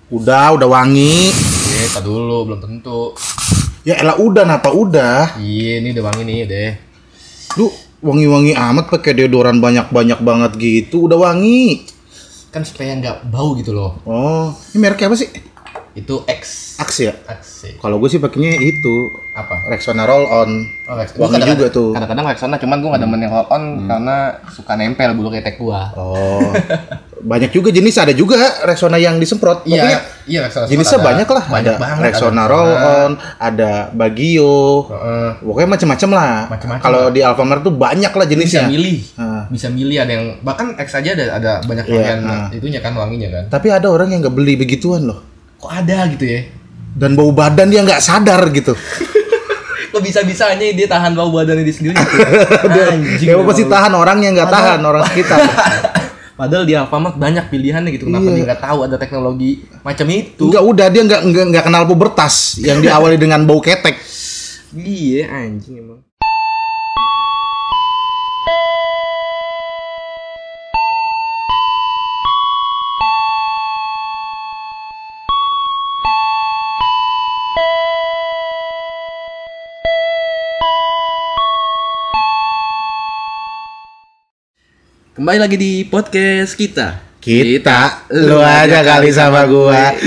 Udah wangi. Tak dulu, belum tentu. Ya elah udah, napa udah? Iya, ini udah wangi nih deh. Lu wangi-wangi amat pakai deodoran banyak-banyak banget gitu, udah wangi. Kan supaya nggak bau gitu loh. Oh, ini mereknya apa sih? Itu X. Axe ya? Axe. Kalau gue sih pakainya itu Apa? Rexona Roll On. Oh, Rexona. Wangi juga tuh. Kadang-kadang Rexona, cuman gue nggak demen yang roll on karena suka nempel bulu ketek gua. Oh, banyak juga jenis, ada juga Rexona yang disemprot. Pokoknya Iya Rexona. jenisnya banyak lah. Banyak Ada banget. Rexona Roll On, ada Bagio. Pokoknya macam-macam lah. Macem-macem Kalau lah. di Alfamart tuh banyak lah jenisnya. Bisa milih ada yang bahkan X aja ada banyak varian itunya kan wanginya kan. Tapi ada orang yang nggak beli begituan loh. Kok ada gitu ya? Dan bau badan dia nggak sadar gitu. Kok bisa-bisanya dia tahan bau badan dia sendiri gitu? Dia pasti tahan, orang yang nggak tahan, orang sekitar. Padahal di Alfamart banyak pilihannya gitu. Kenapa dia nggak tahu ada teknologi macam itu? Enggak, udah dia nggak kenal pubertas yang diawali dengan bau ketek. Iya anjing emang. Kembali lagi di podcast kita. Lu aja kali sama gua.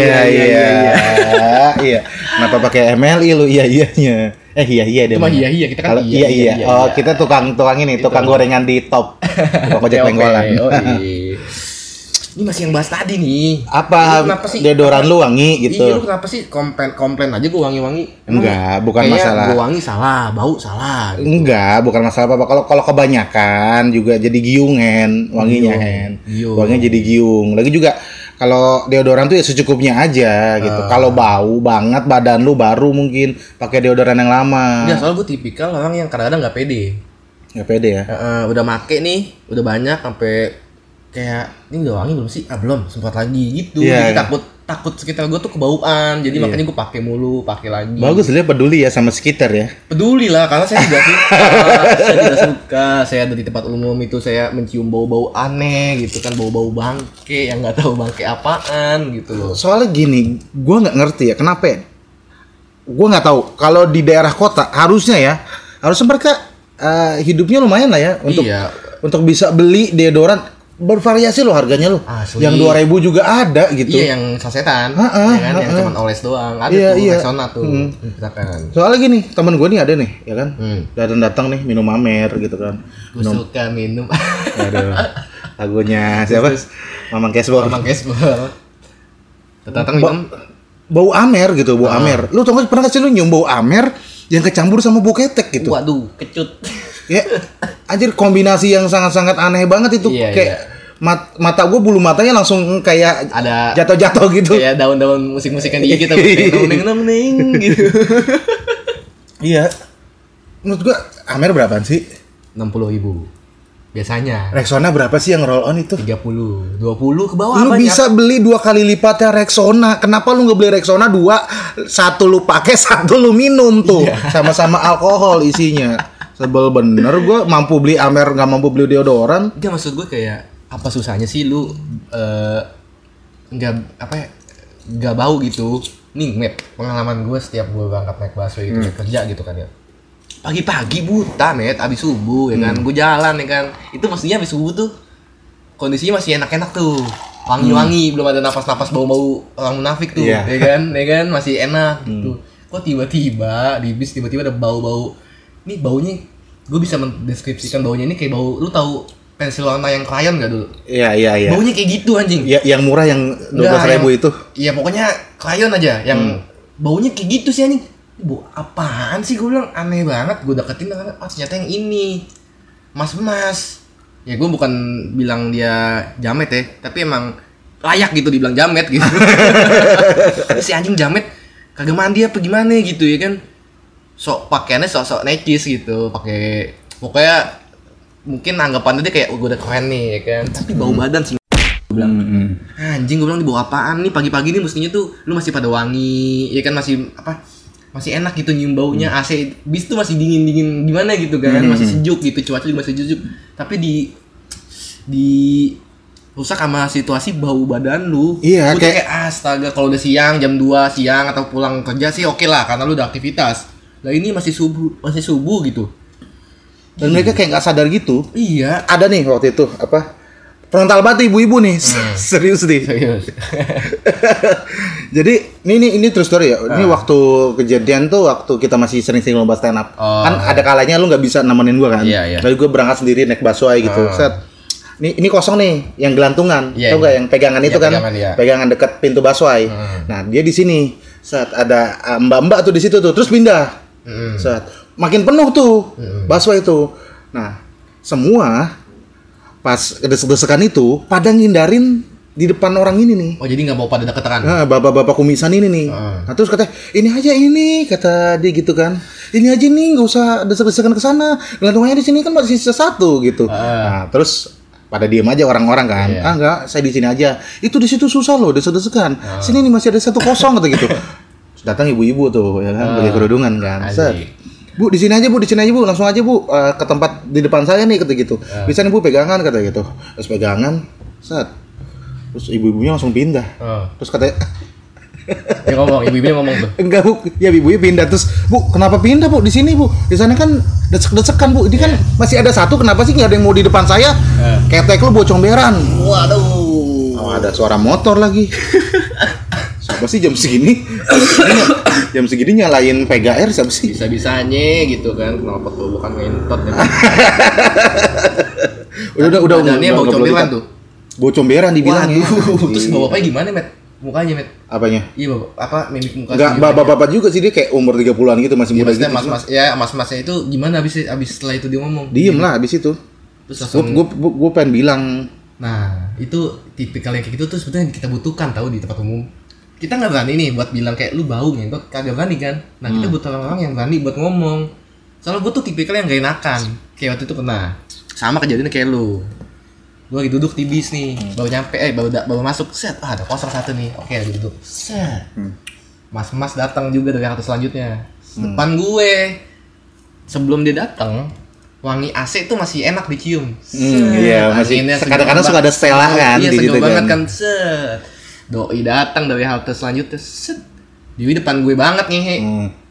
Iya. Kenapa pakai MLI lu? Iya-iyanya. Iya deh. Cuma iya kita kan iya. Oh, kita tukang ini, tukang gorengan di top. Tukang ojek penggolan. Oh iya. Ini masih yang bahas tadi nih. Apa? Deodoran lu wangi gitu. Iya, lu kenapa sih komplain aja gua wangi-wangi? Enggak, bukan masalah. Gua wangi salah, bau salah. Gitu. Enggak, bukan masalah apa. Kalau kebanyakan juga jadi giungen wanginya, wanginya jadi giung. Lagi juga kalau deodoran tuh ya secukupnya aja gitu. Kalau bau banget badan lu baru mungkin pakai deodoran yang lama. Iya, soalnya gue tipikal orang yang kadang-kadang nggak pede. Nggak pede ya? Udah make nih, udah banyak sampai kayak ini udah wangi belum sih? Belum, sempat lagi gitu. Yeah. Jadi takut sekitar gue tuh kebauan. Jadi makanya gue pakai mulu, pakai lagi. Bagus, dia peduli ya sama sekitar ya. Peduli lah, karena saya tidak suka. Saya tidak suka. Saya ada di tempat umum itu saya mencium bau-bau aneh gitu kan, bau-bau bangke yang nggak tahu bangke apaan gitu loh. Soalnya gini, gue nggak ngerti ya kenapa ya. Gue nggak tahu. Kalau di daerah kota harusnya mereka hidupnya lumayan lah ya untuk bisa beli deodoran. Bervariasi loh harganya loh. Asli. Yang 2.000 juga ada gitu. Iya, yang sasetan. Ya kan, yang cuma oles doang. Ada tuh Rexona tuh. Soalnya gini, temen gue nih ada nih, ya kan. Datang nih minum Amer gitu kan. Gue suka minum. Aduh. Lagunya siapa? Mamang Cashball. Datang minum bau Amer gitu, bau Amer. Lu tau gak, pernah gak sih lu nyium bau Amer yang kecampur sama bau ketek gitu? Waduh, kecut. Ya, anjir kombinasi yang sangat-sangat aneh banget itu. Kayak mata gue, bulu matanya langsung kayak ada jatuh-jatuh gitu. Kayak daun-daun musik-musik yang digigit gitu. Kayak neng gitu. Iya. Menurut gue Amer berapaan sih? 60.000 biasanya. Rexona berapa sih yang roll on itu? 30, 20 ke bawah. Lu banyak. bisa beli 2 kali lipatnya Rexona. Kenapa lu nggak beli Rexona 2? Satu lu pakai, satu lu minum tuh. Sama-sama alkohol isinya. Sebel bener, gue mampu beli Amer, nggak mampu beli deodoran. Enggak, maksud gue kayak apa susahnya sih lu nggak bau gitu. Nih, Met, pengalaman gue setiap gue berangkat naik busway itu kerja gitu kan ya. Pagi-pagi buta, Met, abis subuh ya kan. Gue jalan ya kan. Itu maksudnya abis subuh tuh kondisinya masih enak-enak tuh. Wangi-wangi, belum ada napas-napas bau-bau orang munafik tuh. Ya kan, masih enak gitu. Kok tiba-tiba di bis tiba-tiba ada bau-bau. Ini baunya, gue bisa mendeskripsikan baunya ini kayak bau, lu tahu pensil warna yang krayon gak dulu? Iya. Baunya kayak gitu anjing. Ya, yang murah yang 12.000 itu. Iya, pokoknya krayon aja, yang baunya kayak gitu sih anjing. Bau apaan sih, gue bilang aneh banget. Gue deketin karena ternyata yang ini mas. Ya gue bukan bilang dia jamet ya, tapi emang layak gitu dibilang jamet gitu. Si anjing jamet kagak mandi apa gimana gitu ya kan. Pakaiannya sok necis gitu, pakai pokoknya mungkin anggapannya dia kayak gue udah keren nih ya kan, tapi bau badan sih. Gue bilang anjing, gue bilang di bau apaan nih pagi-pagi nih, mestinya tuh lu masih pada wangi ya kan, masih enak gitu nyium baunya. AC bis tuh masih dingin gimana gitu kan, masih sejuk gitu, cuaca juga masih sejuk, tapi di rusak sama situasi bau badan lu. Iya, Lu kayak astaga, kalau udah siang jam 2 siang atau pulang kerja sih oke lah karena lu udah aktivitas. Lah ini masih subuh gitu. Dan mereka kayak nggak sadar gitu. Iya. Ada nih waktu itu apa? Frontal banget ibu-ibu nih. Serius nih. Serius. Jadi ini true story ya. Ini waktu kejadian tuh waktu kita masih sering-sering lomba stand up. Kan ada kalanya lu nggak bisa nemenin gua kan. Iya. Lalu gua berangkat sendiri naik busway gitu. Set. Ini kosong nih yang gelantungan. Tahu nggak yang pegangan itu kan? Pegangan dekat pintu busway. Nah, dia di sini. Set ada mbak-mbak tuh di situ tuh. Terus pindah. Set. Makin penuh tuh busway itu. Nah, semua pas desek-desekan itu pada ngindarin di depan orang ini nih. Oh, jadi nggak mau pada deketan. Nah, bapak-bapak kumisan ini nih. Nah, terus katanya, ini aja ini, kata dia gitu kan. Ini aja nih, nggak usah desek-desekan ke sana. Gelantungannya di sini kan masih sisa satu gitu. Nah, terus pada diem aja orang-orang kan. Enggak, saya di sini aja. Itu di situ susah loh, desek-desekan. Sini nih masih ada satu kosong kata gitu. Terus datang ibu-ibu tuh, ya kan, pakai kerudungan kan. Set. Bu, di sini aja bu, langsung aja bu ke tempat di depan saya nih kata gitu. Bisa nih bu pegangan kata gitu. Terus pegangan, set. Terus ibu-ibunya langsung pindah. Terus katanya, ibu-ibunya ngomong tuh. Enggak bu, ya ibu-ibunya pindah. Terus bu, kenapa pindah bu? Di sini bu, di sana kan desek-desekan bu. Ini kan masih ada satu, kenapa sih nggak ada yang mau di depan saya? Ketek lu bawa comberan. Waduh. Oh, ada suara motor lagi. Siapa sih jam segini? Jam segini nyalain PGR siapa sih? Bisa-bisanya gitu kan, kenapa tuh bukan ngentot kan? udah Badannya bau comberan tuh. Bau comberan dibilangnya. Terus bapaknya gimana, Met? Mukanya, Met? Apanya? Iya, Bapak. Apa mimik muka? Enggak, bapak-bapak juga sih, dia kayak umur 30-an gitu, masih muda gitu. Mas-masnya itu gimana habis setelah itu dia ngomong? Diem lah habis itu. Terus langsung gue pengen bilang. Nah, itu tipikal yang kayak gitu tuh sebenarnya kita butuhkan tahu di tempat umum. Kita nggak berani nih buat bilang kayak lu bau ngentot, kagak berani kan. Nah, kita butuh orang-orang yang berani buat ngomong. Soalnya gue tuh tipikal yang gak enakan. Kayak waktu itu pernah. Sama kejadiannya kayak lu. Gue lagi duduk di bis nih, baru nyampe, baru masuk, set, ada kosong satu nih. Oke, lagi duduk. Set. Mas-mas datang juga dari halte selanjutnya. Depan gue. Sebelum dia datang, wangi AC itu masih enak dicium. Iya, masih kadang-kadang suka ada setelah kan iya, di gitu banget kan. Set. Doi datang dari halte selanjutnya, set. Di depan gue banget nih.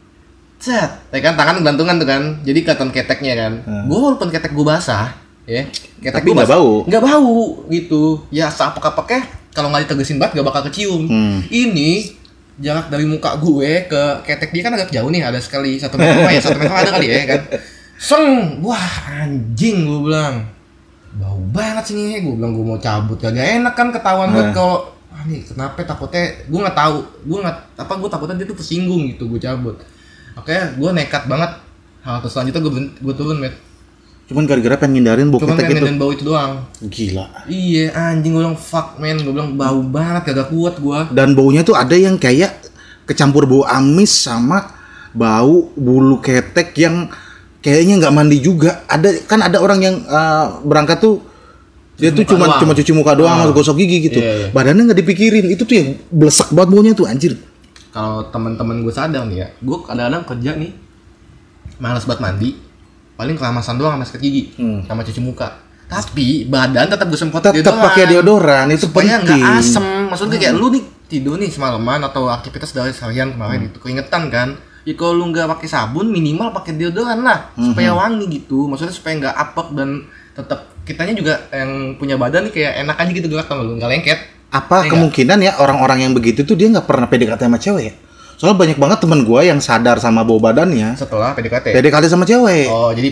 Set. Kan tangan gantungan tuh kan. Jadi kelihatan keteknya kan. Gue walaupun ketek gue basah, ya. Ketek tapi nggak bau. Nggak bau gitu. Ya seapak-apaknya kalau nggak ditegesin banget nggak bakal kecium. Ini jarak dari muka gue ke ketek dia kan agak jauh nih, ada sekali 1 meter ya, 1 meter ada kali ya kan. Seng, wah anjing gue bilang. Bau banget sih nih, gue bilang gue mau cabut kagak enak kan ketahuan banget kalau nih kenapa takutnya gue nggak tahu gue takutnya dia tuh tersinggung gitu gue cabut. Oke, gue nekat banget hal terus selanjutnya gue turun Met. Cuman gara-gara pengen ngindarin bau ketek itu. Bau itu doang. Gila. Iya anjing, gue bilang fuck man, gue bilang bau banget kagak kuat gue. Dan baunya tuh ada yang kayak kecampur bau amis sama bau bulu ketek yang kayaknya nggak mandi juga. Ada orang yang berangkat tuh dia tuh cuma cuci muka doang, gosok gigi gitu. Iya. Badannya nggak dipikirin. Itu tuh yang blesek banget baunya tuh anjir. Kalau teman-teman gue sadar nih ya, gue kadang-kadang kerja nih malas banget mandi, paling kelamasan doang sama sikat gigi, sama cuci muka. Tapi badan tetap gue semprot deodoran. Tetap pakai deodoran itu supaya penting. Nggak asem. Maksudnya kayak lu nih tidur nih semalaman atau aktivitas dari seharian kemarin itu keingetan kan. Ya kalau lu nggak pakai sabun minimal pakai deodoran lah supaya wangi gitu. Maksudnya supaya nggak apek dan tetap kitanya juga yang punya badan nih kayak enak aja gitu gerak sama lu, nggak lengket. Apa kemungkinan ya orang-orang yang begitu tuh dia nggak pernah PDKT sama cewek ya? Soalnya banyak banget temen gue yang sadar sama bau badannya setelah PDKT sama cewek. Oh jadi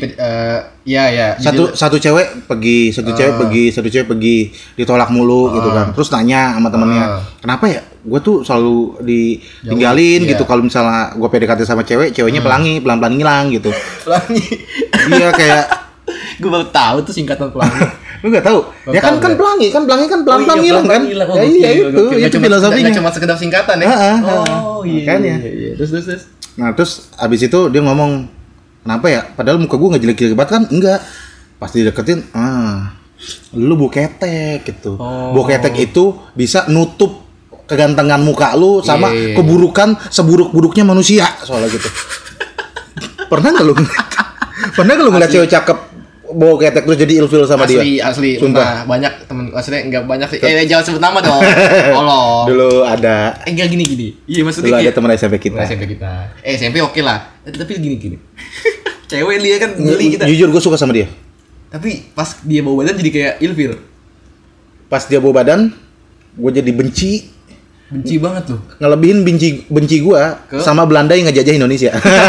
ya. Satu cewek pergi, satu cewek pergi ditolak mulu gitu kan. Terus nanya sama temennya, kenapa ya? Gue tuh selalu ditinggalin gitu. Kalau misalnya gue PDKT sama ceweknya pelan-pelan ngilang gitu. Pelangi. Iya kayak. Gue baru tahu tuh singkatan pelangi. Lu nggak tahu? Ya kan pelangi kan pelan-pelan hilang kan? Ya iya itu filosofinya. Nggak cuma sekedar singkatan ya. Oh iya. Terus. Nah terus abis itu dia ngomong, kenapa ya? Padahal muka gue nggak jelek-jelek banget kan? Enggak. Pas dideketin, lu bau ketek gitu. Bau ketek itu bisa nutup kegantengan muka lu sama keburukan seburuk-buruknya manusia soalnya gitu. Pernah nggak lu ngeliat cewek cakep bau ketek terus jadi ilfil sama dia? Asli. Sumpah. Nah, banyak temen maksudnya enggak banyak sih. Jangan sebut nama dong. Tolong. Dulu ada. Enggak gini. Iya maksudnya Dulu ada teman SMP kita. SMP oke lah. Tapi gini. Cewek dia kan geli kita. Jujur gue suka sama dia. Tapi pas dia bau badan jadi kayak ilfil. Pas dia bau badan, gue jadi benci banget tuh. Ngelebihin benci gue sama Belanda yang ngejajah Indonesia.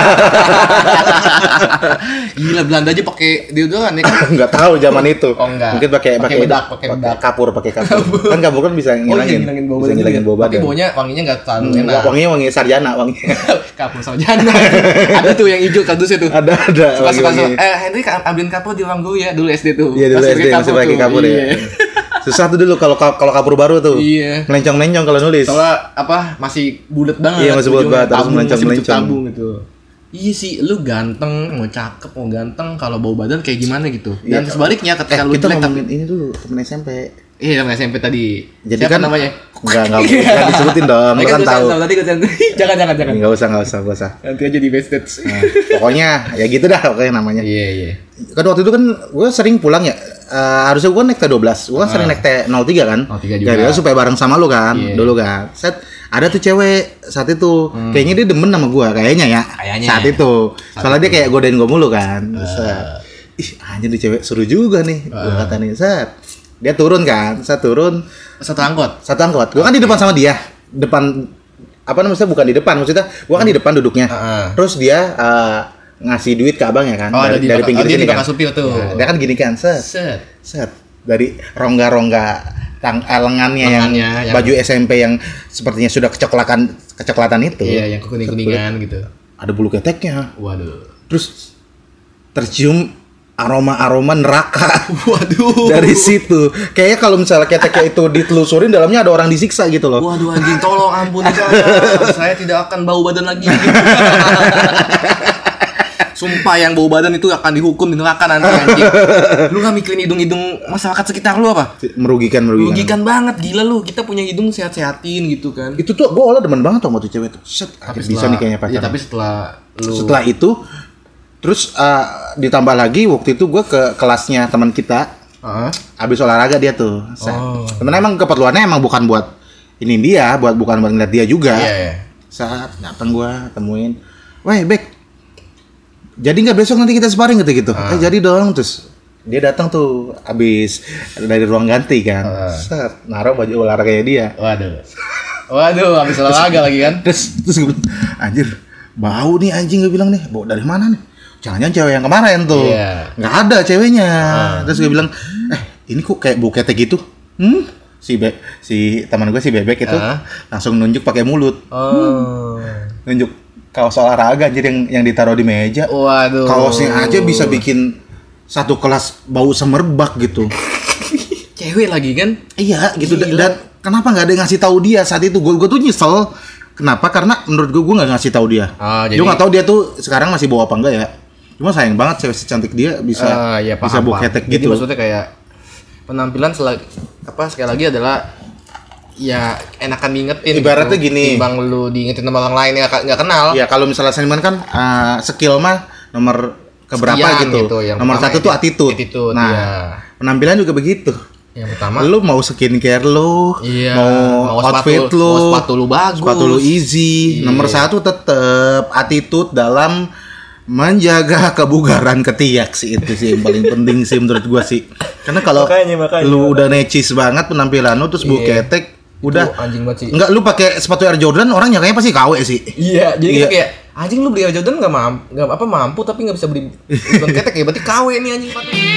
Gila, Belanda aja pakai deodoran ya kan? Enggak tahu zaman itu. Oh enggak. Mungkin pakai bedak. kapur. Kan kapur kan bisa ngilangin bau badan. bau badan. Tapi baunya wanginya enggak terlalu enak. Wanginya wangi sarjana, Kapur sarjana. Ada tuh yang hijau kardusnya tuh. Ada. Suka. Henry ambilin kapur di ruang guru ya dulu SD tuh. Iya, dulu SD masih pakai kapur ya. Susah tuh dulu kalau kapur baru tuh. Iya. Melencong-melencong kalau nulis. Soalnya masih bulat banget. Iya, masih bulat banget, harus melencong-melencong. Tabung gitu. Iya sih, lu ganteng, mau cakep, mau ganteng, kalau bau badan kayak gimana gitu. Dan sebaliknya ketika lu kita jelek ngomongin ini dulu, temen SMP. Iya, temen SMP tadi. Jadi siapa kan namanya? Enggak disebutin dong, lu kan tahu. Jangan. Enggak usah. Nanti aja di wasted. Nah, pokoknya ya gitu dah pokoknya namanya. Iya. Kan waktu itu kan gue sering pulang ya. Harusnya gue naik T12. Gue kan sering naik T03 kan. 03 juga. Jadi supaya bareng sama lu kan, dulu kan. Ada tuh cewek saat itu. Kayaknya dia demen sama gue kayaknya ya. Saat itu. Soalnya dia kayak godain gue mulu kan. Ih, anjir di cewek seru juga nih. Gue kata nih, dia turun kan. Saya turun Satu angkot. Gue kan di depan sama dia. Depan apa namanya, bukan di depan, maksudnya gue kan di depan duduknya. Terus dia ngasih duit ke abangnya kan, dari pinggir sini kan. Supir tuh. Nah, dia kan gini kan, set dari rongga-rongga lengannya yang baju SMP yang sepertinya sudah kecoklatan itu. Iya, yang kuning-kuningan gitu. Ada bulu keteknya. Waduh. Terus tercium aroma neraka. Waduh. Dari situ. Kayaknya kalau misalnya keteknya itu ditelusurin, dalamnya ada orang disiksa gitu loh. Waduh anjing, tolong ampuni saya tidak akan bau badan lagi. Sumpah yang bau badan itu akan dihukum di neraka nanti anjing. Lu gak mikirin hidung-hidung masyarakat sekitar lu apa? Merugikan banget, gila lu. Kita punya hidung sehat-sehatin gitu kan. Itu tuh gue awalnya demen banget sama tuh cewek tuh. Bisa nih kayaknya pacaran. Iya, tapi setelah itu terus ditambah lagi waktu itu gue ke kelasnya teman kita. Habis olahraga dia tuh. Temennya emang keperluannya emang bukan buat ini dia, bukan buat ngeliat dia juga. Iya. Saat datang gue temuin, "Weh, Bek, jadi nggak besok nanti kita sparring gitu?" Jadi dong. Terus dia datang tuh abis dari ruang ganti kan. Naruh baju olahraganya dia. Waduh, abis olahraga lagi kan. Terus gue bilang, anjir, bau nih anjing, gue bilang nih, bau dari mana nih? Jangan-jangan cewek yang kemarin tuh. Nggak ada ceweknya. Terus gue bilang, ini kok kayak bau ketek gitu? Si teman gue si Bebek itu langsung nunjuk pakai mulut. Nunjuk kaos olahraga anjir yang ditaruh di meja. Waduh. Kaosnya aja bisa bikin satu kelas bau semerbak gitu. Cewek lagi kan? Iya gitu. Dan kenapa nggak ada yang ngasih tahu dia saat itu? Gue tuh nyesel. Kenapa? Karena menurut gue nggak ngasih tahu dia. Gue nggak tahu dia tuh sekarang masih bau apa enggak ya. Cuma sayang banget cewek secantik dia bisa bau ketek gitu. Jadi maksudnya kayak penampilan sekali lagi adalah ya enakan diingetin. Ibaratnya gitu. Gini, timbang lu diingetin sama orang lain yang nggak kenal. Ya kalau misalnya seniman kan skill mah nomor keberapa sekian gitu. Nomor satu tuh attitude. Nah, penampilan juga begitu. Yang pertama, lu mau skincare lu, mau outfit lu, mau sepatu lu bagus, sepatu lu easy. Nomor satu tetap attitude dalam menjaga kebugaran ketiak sih, itu sih yang paling penting sih menurut gua sih. Karena kalau lu udah necis banget penampilan lu terus bau ketek, udah anjing banget sih. Enggak, lu pakai sepatu Air Jordan orang nyangkanya pasti KW sih. Iya, jadi kita kayak anjing lu beli Air Jordan enggak mampu tapi enggak bisa beli ketek ya, berarti KW nih anjing.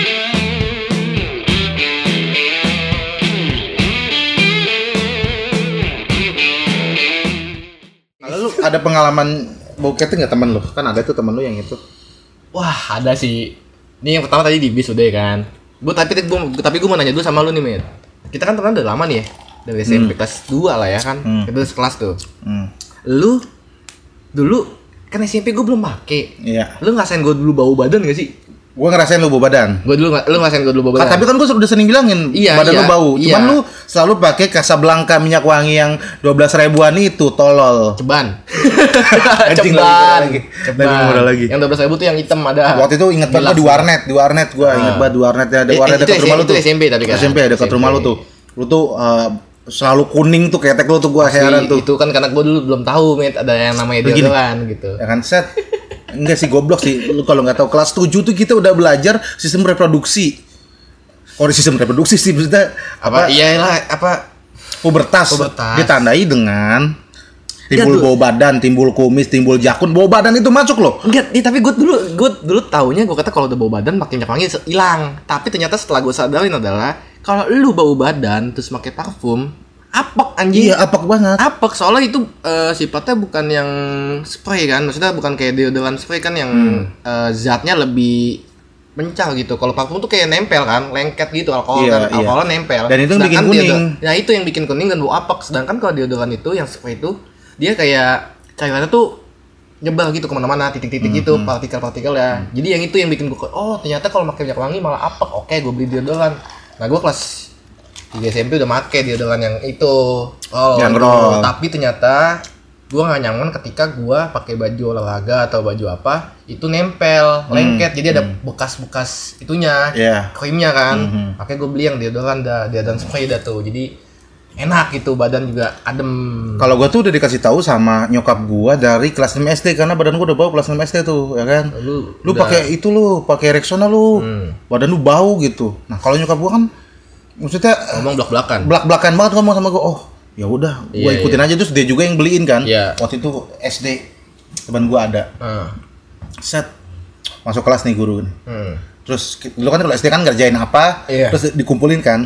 Kalau lu ada pengalaman bau ketek nggak temen lu? Kan ada tuh temen lu yang itu. Wah, ada sih. Ini yang pertama tadi di bis udah kan. Tapi gue mau nanya dulu sama lu nih, Met. Kita kan teman udah lama nih ya. Dari SMP kelas 2 lah ya kan. Kita sekelas tuh. Lu dulu kan SMP gue belum pake. Iya. Lu ngerasain gue dulu bau badan gak sih? Gua ngerasain lu bau badan. Lu ngerasain gue dulu bau badan. Tapi kan gua udah sering bilangin badan lu bau. Cuman lu selalu pakai Casablanca minyak wangi yang 12 ribuan itu, tolol. Ceban. Ceban. Lebih murah lagi. Yang 12 ribu tuh yang hitam ada. Waktu itu inget banget di warnet gua inget banget di warnet ya. Ada warnet dekat rumah lu tuh. Itu SMP tapi kan. SMP dekat rumah lu tuh. Lu tuh selalu kuning tuh ketek lu tuh, gua heran tuh. Itu kan karena gua dulu belum tahu ada yang namanya deodoran gitu. Ya kan set. Enggak sih, goblok sih. Lu kalau nggak tahu kelas 7 tuh kita udah belajar sistem reproduksi. Sistem reproduksi sih maksudnya pubertas. Ditandai dengan timbul bau badan, timbul kumis, timbul jakun. Bau badan itu masuk loh. Enggak, tapi gue dulu taunya gue kata kalau udah bau badan pakai minyak wangi hilang. Tapi ternyata setelah gue sadarin adalah kalau lu bau badan terus pakai parfum, apek anjing. Iya, apek banget. Apek soalnya itu sifatnya bukan yang spray kan. Maksudnya bukan kayak deodoran spray kan yang zatnya lebih mencar gitu. Kalau parfum tuh kayak nempel kan, lengket gitu alkohol kan. Alkoholnya nempel. Dan itu yang bikin kuning. Nah, itu yang bikin kuning dan bau apek. Sedangkan kalau deodoran itu yang spray itu dia kayak cairannya tuh nyebar gitu kemana-mana, titik-titik gitu, partikel-partikel ya. Jadi yang itu yang bikin gue, ternyata kalau pakai minyak wangi malah apek. Oke, gue beli deodoran. Nah, gue kelas 3 SMP udah make deodoran yang itu. Yang roll. Tapi ternyata gue nggak nyaman ketika gue pakai baju olahraga atau baju apa itu nempel, lengket. Jadi ada bekas-bekas itunya, krimnya kan. Makanya gue beli yang deodoran spray dah tuh. Jadi enak gitu, badan juga adem. Kalau gue tuh udah dikasih tahu sama nyokap gue dari kelas 6 SD karena badan gue udah bau kelas 6 SD tuh, ya kan. Lu pakai itu, lu pakai Rexona lu, badan lu bau gitu. Nah kalau nyokap gue kan maksudnya ngomong belak-belakan banget ngomong sama gue. Ya udah, gue ikutin aja. Terus dia juga yang beliin kan. Waktu itu SD teman gue ada. Set masuk kelas nih guru nih. Terus dulu kan kalau SD kan ngerjain apa, terus dikumpulin kan.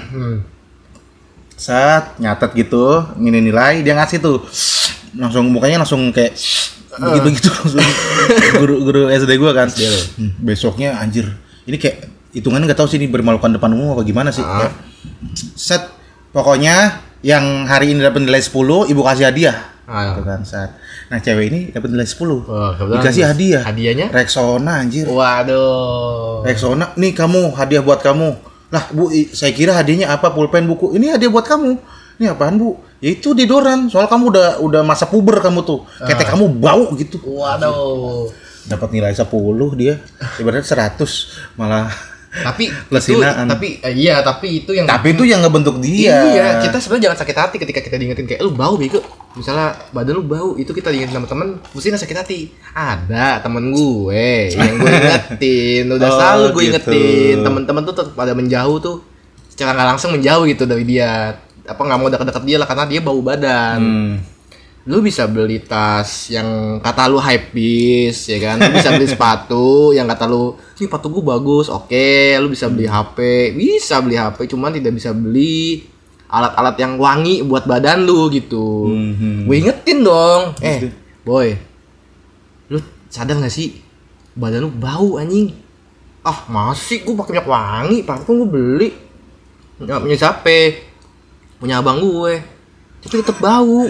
Set nyatet gitu, nilai dia ngasih tuh. Langsung mukanya langsung kayak begitu langsung guru SD gue kan. Besoknya anjir. Ini kayak hitungannya enggak tahu sih ini bermalukan depan umum apa gimana sih. Set pokoknya yang hari ini dapat nilai 10, ibu kasih hadiah. Gitu kan, saat. Nah, cewek ini dapat nilai 10. Dikasih hadiah. Hadiahnya? Rexona anjir. Waduh. Rexona, nih kamu, hadiah buat kamu. Lah, Bu, saya kira hadiahnya apa? Pulpen, buku. Ini hadiah buat kamu. Ini apaan, Bu? Ya itu deodoran. Soal kamu udah masa puber kamu tuh. Ketek kamu bau gitu. Waduh. Dapat nilai 10 dia. Ibaratnya 100 malah. Tapi itu yang ngebentuk dia. Iya, kita sebenarnya jangan sakit hati ketika kita diingetin kayak lu bau bego. Misalnya badan lu bau, itu kita diingetin sama teman, mesti nggak sakit hati. Ada temen gue yang gue ingetin, udah selalu gue ingetin. Teman-teman tuh tetap pada menjauh tuh, secara nggak langsung menjauh gitu dari dia. Apa nggak mau dekat-dekat dia lah karena dia bau badan. Lu bisa beli tas yang kata lu hypebeast ya kan, lu bisa beli sepatu yang kata lu sih sepatu gua bagus, oke. Lu bisa beli HP, cuman tidak bisa beli alat-alat yang wangi buat badan lu gitu. Gue ingetin dong, boy, lu sadar gak sih badan lu bau anjing? Masih gua pakai minyak wangi, parfum gua beli nggak punya siapa, punya abang gue. Tapi tetap bau.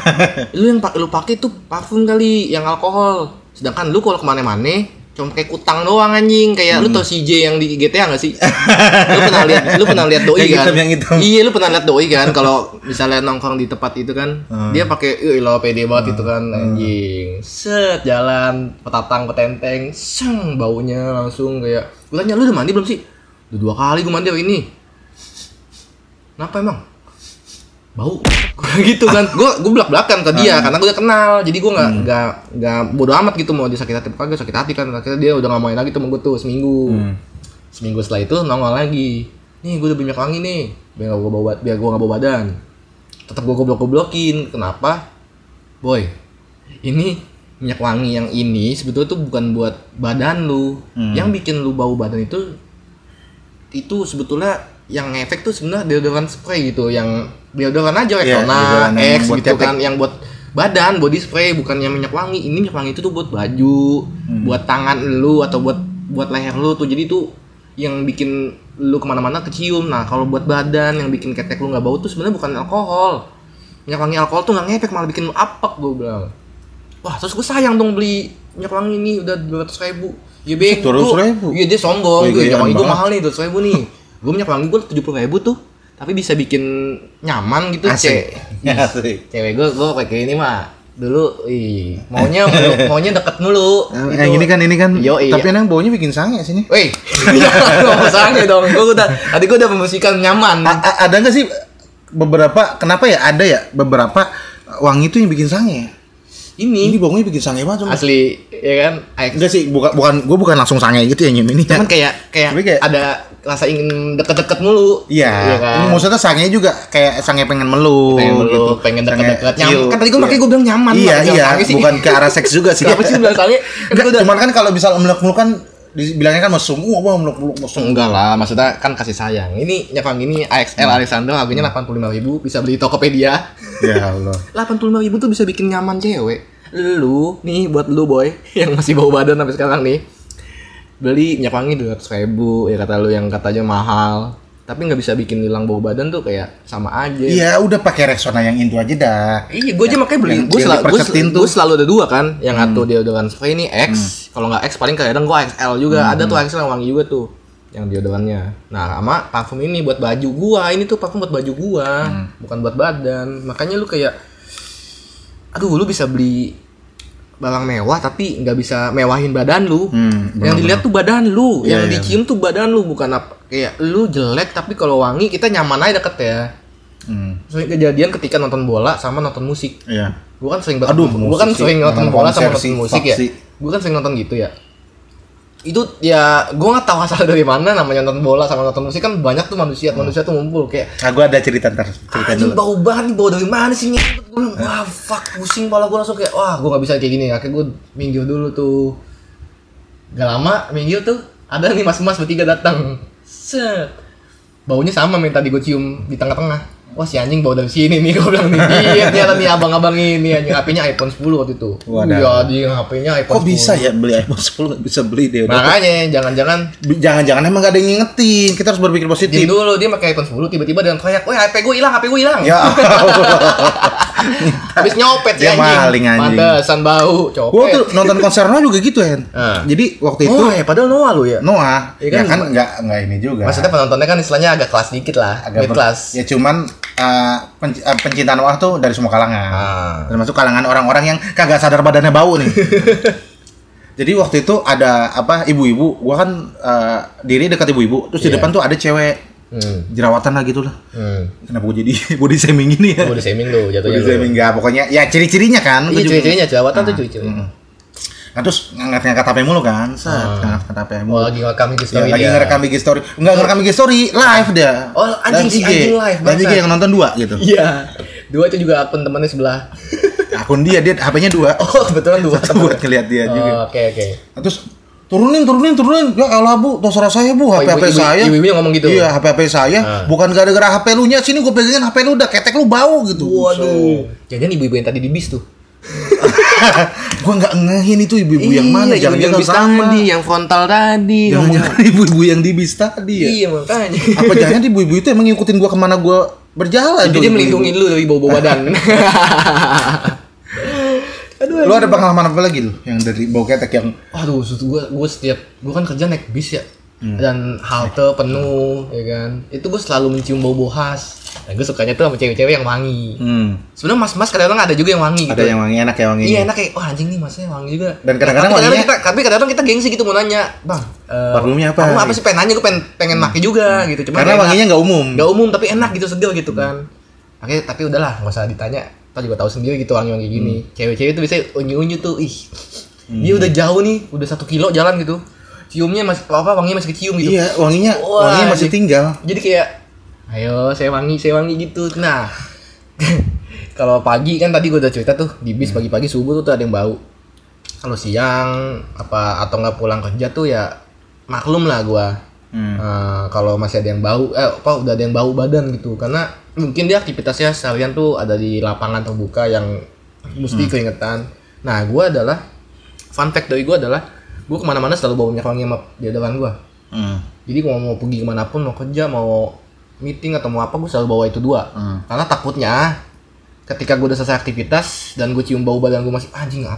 Lu pakai tuh parfum kali yang alkohol. Sedangkan lu kalau kemana-mana cuma pakai kutang doang anjing. Kayak lu tau CJ yang di GTA nggak sih? Lu pernah lihat doi kan? Iya, lu pernah lihat doi kan? Kalau misalnya nongkrong di tempat itu kan, dia pakai, pede banget itu kan anjing. Set jalan petenteng, baunya langsung kayak. Gue tanya, lu udah mandi belum sih? Udah 2 kali gue mandi hari ini. Kenapa emang? Bau gitu kan, gue belak-belakan ke dia karena gue udah kenal, jadi gue nggak bodo amat gitu mau dia sakit hati apa kagak, sakit hati kan. Akhirnya dia udah nggak main lagi temen gue tuh seminggu setelah itu nongol lagi, nih gue udah minyak wangi nih biar gue nggak bau badan. Tetap gue goblokin. Kenapa, boy? Ini minyak wangi yang ini sebetulnya tuh bukan buat badan lu. Yang bikin lu bau badan itu sebetulnya yang efek tuh sebenarnya deodoran spray gitu, yang deodoran aja Rexona, X gitu kan, yang buat badan, body spray, bukan yang minyak wangi. Ini minyak wangi itu tuh buat baju, buat tangan lu atau buat leher lu tuh. Jadi tuh yang bikin lu kemana-mana kecium. Nah kalau buat badan yang bikin ketek lu nggak bau tuh sebenarnya bukan alkohol. Minyak wangi alkohol tuh nggak ngefek, malah bikin lu apek, gue bilang. Wah, terus gue sayang dong beli minyak wangi ini udah 200.000. Ya bego. 200.000. Iya dia sombong. Oh, Minyak wangi gue banget. mahal nih 200.000 nih. Gue minyak wangi gue 70.000 tuh. Tapi bisa bikin nyaman gitu. Asik. Asik. Cewek gue pakai ini mah. Dulu maunya deket mulu. Gitu. Yang ini kan. Yo, iya. Tapi emang baunya bikin sange sini. Wih. Jangan sange dong. Tadi gue udah membersihkan nyaman. Ada nggak sih beberapa, kenapa ya ada ya beberapa wangi itu yang bikin sange? Ini baunya bikin sange banget. Asli, ya kan? Enggak sih, gue bukan langsung sange gitu ya nyium ini. Cuman kayak ada rasa ingin deket-deket mulu. Iya kan? Maksudnya sange juga kayak sange pengen meluk gitu. Pengen deket-deket. Kan tadi makanya gue bilang nyaman. Iya, bukan ke arah seks juga sih. Kenapa sih bilang sange? Cuman kan kalau misal meluk-meluk kan dibilangnya kan mesum, meluk-meluk mesum. Enggak lah, maksudnya kan kasih sayang. Ini nyapang ini AXL Alexander harganya 85.000, bisa beli Tokopedia. Ya Allah. 85.000 tuh bisa bikin nyaman cewek. Lu nih buat lu boy yang masih bau badan sampai sekarang nih. Beli minyak wangi 200.000 ya kata lu yang katanya mahal. Tapi nggak bisa bikin hilang bau badan tuh kayak sama aja. Iya, udah pakai Rexona yang itu aja dah. Iya, gue aja makanya beli. Gue selalu ada dua kan, yang satu deodoran spray ini X. Kalau nggak X paling kadang gue XL juga. Ada tuh XL yang wangi juga tuh, yang deodorannya. Nah, sama parfum ini buat baju gua. Ini tuh parfum buat baju gua, bukan buat badan. Makanya lu kayak, aduh, lu bisa beli barang mewah tapi nggak bisa mewahin badan lu. Yang dilihat tuh badan lu, yang dicium tuh badan lu, bukan apa. Kayak lu jelek tapi kalau wangi kita nyaman aja deket ya. Soalnya kejadian ketika nonton bola sama nonton musik. Iya. Gua kan sering nonton bola sama nonton musik ya. Gua kan sering nonton gitu ya. Itu ya gua nggak tahu asal dari mana, namanya nonton bola sama nonton musik kan banyak tuh manusia tuh ngumpul kayak. Gua ada cerita dulu. Bau banget nih, bau dari mana sih nih? Wah fuck, pusing kepala gua langsung kayak wah gua nggak bisa kayak gini. Akhirnya gua minggir dulu tuh. Gak lama minggir tuh ada nih mas-mas bertiga datang. Set. Baunya sama minta di gue cium di tengah-tengah. Wah si anjing bau dari sini nih, gue bilang nih. Iya ternyata nih abang-abang ini anjing, HP-nya iPhone 10 waktu itu. Iya anjing HP-nya iPhone 10. Kok bisa ya beli iPhone 10 nggak bisa beli deh. Makanya jangan-jangan emang gak ada yang ngingetin. Kita harus berpikir positif. Din dulu dia pakai iPhone 10 tiba-tiba dengan teriak, "Woi HP gue hilang." Ya Habis nyopet dia maling anjing. Pantesan bau, copet. Gua tuh nonton konser Noah juga gitu ya. Jadi waktu itu padahal Noah lu ya. Noah. Ya kan enggak ini juga. Maksudnya penontonnya kan istilahnya agak kelas dikit lah, mid kelas. Ya cuman pencinta Noah tuh dari semua kalangan. Termasuk kalangan orang-orang yang kagak sadar badannya bau nih. Jadi waktu itu ada ibu-ibu, gua kan diri dekat ibu-ibu, terus di depan tuh ada cewek jerawatan lah gitu lah. Kenapa gue jadi body shaming ini ya? Body shaming lu jatuhnya. Body shaming enggak, pokoknya ya ciri-cirinya kan. Iya ciri-cirinya jerawatan tuh ciri-cirinya. Nah terus ngangkat HP mulu kan, ngangkat HP mulu. Lagi ngerekam IG story. Lagi ngerekam IG story. Enggak ngerekam IG story, live dia. Oh anjing live. Live IG yang nonton 2 gitu. Iya. 2 itu juga akun temannya sebelah. Akun dia HP-nya 2. Oh kebetulan 2. Satu buat ngeliat dia juga. Oke. Nah, terus turunin. Ya Allah Bu, terserah saya Bu, HP saya. Ibu-ibunya ngomong gitu. Iya, HP saya. Bukan gara-gara HP lu nya, sini gue pegangin HP lu udah ketek lu bau gitu. Waduh. Jadinya ibu-ibu yang tadi di bis tuh. Gua enggak ngehin itu ibu-ibu yang mana, jangan-jangan sama tadi, yang frontal tadi. Jangan-jangan ibu-ibu yang di bis tadi ya. Iya, makanya. Apa jangan ibu-ibu itu emang ngikutin gua kemana gua berjalan. Jadi dia melindungi lu dari bau-bau badan. Lu ada pengalaman apa lagi lu yang dari bau ketek yang gua kan kerja naik bis ya. Dan halte penuh ya kan. Itu gua selalu mencium bau-bau khas. Dan gue sukanya tuh sama cewek-cewek yang wangi. Sebenarnya mas-mas kadang-kadang ada juga yang wangi gitu. Ada yang wangi, enak ya wangi. Iya, enak kayak wah anjing nih masnya wangi juga. Dan kadang-kadang wanginya tapi kadang-kadang kita gengsi gitu mau nanya, "Bang, parfumnya apa?" Parfum apa sih pengen nanya, gue pengen pakai juga gitu. Cuma karena wanginya enggak umum. Enggak umum tapi enak gitu, seger gitu kan. Oke, tapi udahlah, enggak usah ditanya. Kita juga tahu sendiri gitu wangi-wangi gini. Cewek-cewek tuh biasanya unyu-unyu tuh, dia udah jauh nih, udah 1 kilo jalan gitu. Ciumnya masih wanginya masih kecium gitu. Iya, wanginya masih tinggal. Jadi kayak ayo saya wangi gitu. Nah kalau pagi kan tadi gue udah cerita tuh di bis pagi-pagi subuh tuh ada yang bau. Kalau siang atau nggak pulang kerja tuh ya maklum lah gue. Kalau masih ada yang bau udah ada yang bau badan gitu, karena mungkin dia aktivitasnya seharian tuh ada di lapangan terbuka yang mesti keringetan. Nah gue adalah fun fact dari gue adalah gue kemana-mana selalu bawa minyak wangi sama deodoran gue. Jadi mau pergi kemanapun, mau kerja, mau meeting atau mau apa, gue selalu bawa itu 2. Karena takutnya ketika gue udah selesai aktivitas dan gue cium bau badan gue masih anjing apek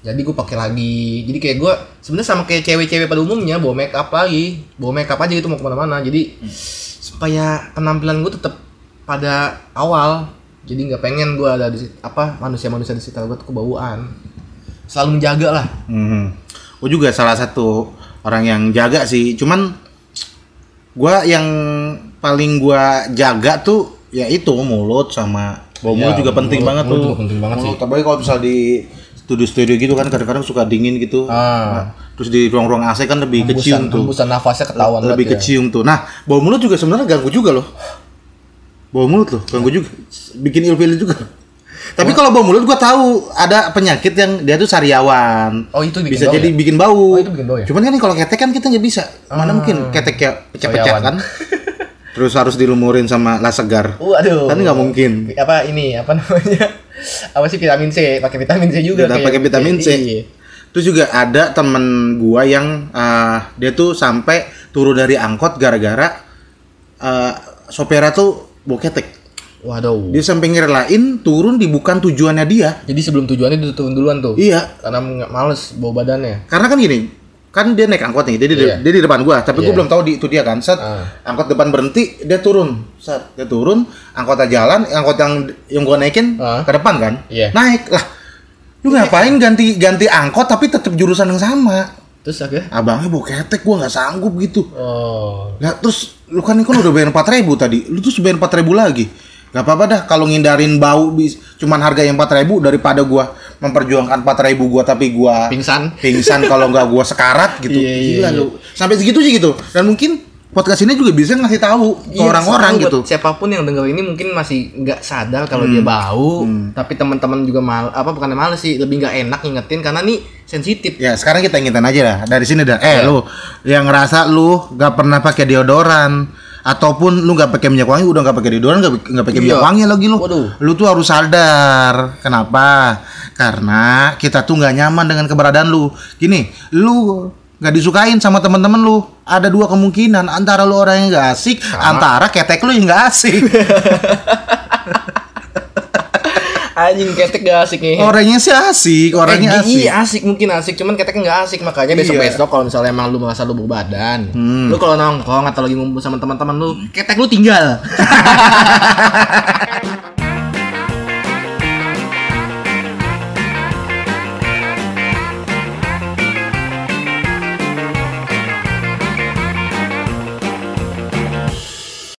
Jadi gue pakai lagi. Jadi kayak gue sebenarnya sama kayak cewek-cewek pada umumnya bawa make up lagi, bawa make up aja gitu mau kemana-mana. Jadi supaya penampilan gue tetap pada awal. Jadi nggak pengen gue ada di manusia-manusia di sekitar gue tuh kebauan. Selalu menjaga lah. Gue juga salah satu orang yang jaga sih. Cuman gue yang paling gue jaga tuh ya itu mulut sama bau mulut juga penting banget tuh. Juga penting banget sih. Tapi kalau misal di studio gitu kan kadang-kadang suka dingin gitu. Nah, terus di ruang-ruang AC kan lebih kecium tuh. Hembusan nafasnya ketahuan lebih kecium tuh. Nah, bau mulut juga sebenarnya ganggu juga loh. Bau mulut loh, ganggu juga. Bikin ilfil juga. Tapi kalau bau mulut gua tahu ada penyakit yang dia tuh sariawan. Oh, itu bisa bau jadi ya? bikin bau. Oh, itu bikin bau ya? Cuman kan kalau ketek kan kita nggak bisa. Mana mungkin ketek kayak pecah-pecah kan? Terus harus dilumurin sama La Segar. Aduh. Kan nggak mungkin. Apa namanya? Apa sih vitamin C? Pakai vitamin C juga. Pakai vitamin C. Iya. Terus juga ada temen gua yang dia tuh sampai turun dari angkot gara-gara sopirnya tuh bau ketek. Waduh. Dia sampai ngerelain turun di bukan tujuannya dia. Jadi sebelum tujuannya dia turun duluan tuh. Iya. Karena males bawa badannya. Karena kan gini, kan dia naik angkot nih, dia di depan gua, tapi gua belum tahu itu dia kan. Angkot depan berhenti, dia turun. Dia turun, angkotnya jalan, angkot yang gua naikin ke depan kan. Naik lah. Lu ngapain ganti angkot tapi tetap jurusan yang sama? Terus akhirnya abangnya bawa ketek, gua nggak sanggup gitu. Nah, terus lu kan udah bayar 4.000 tadi. Lu tuh bayar 4.000 lagi. Gak apa-apa dah kalau ngindarin bau cuman harga yang 4.000 daripada gua memperjuangkan 4.000 gua tapi gua pingsan kalau nggak gua sekarat gitu. Gila lu. Sampai segitu aja gitu. Dan mungkin podcast ini juga bisa ngasih tahu ke orang-orang gitu. Siapapun yang denger ini mungkin masih nggak sadar kalau dia bau, tapi teman-teman juga bukannya males sih, lebih nggak enak ngingetin karena nih sensitif. Ya, sekarang kita ingetin aja dah dari sini dah. Lu yang ngerasa lu nggak pernah pakai deodoran ataupun lu nggak pakai minyak wangi, udah nggak pakai deodoran, nggak pakai minyak wangi lagi lu. Lu tuh harus sadar. Kenapa? Karena kita tuh nggak nyaman dengan keberadaan lu. Gini, lu nggak disukain sama teman-teman lu. Ada dua kemungkinan, antara lu orang yang nggak asik, antara ketek lu yang nggak asik. Anjing, ketek gak asik nih. Orangnya sih asik, orangnya asik. Iya, mungkin asik, cuman keteknya gak asik. Makanya besok-besok kalau misalnya emang lu merasa lu bau badan, lu kalau nongkrong atau lagi ngumpul sama teman-teman lu, ketek lu tinggal.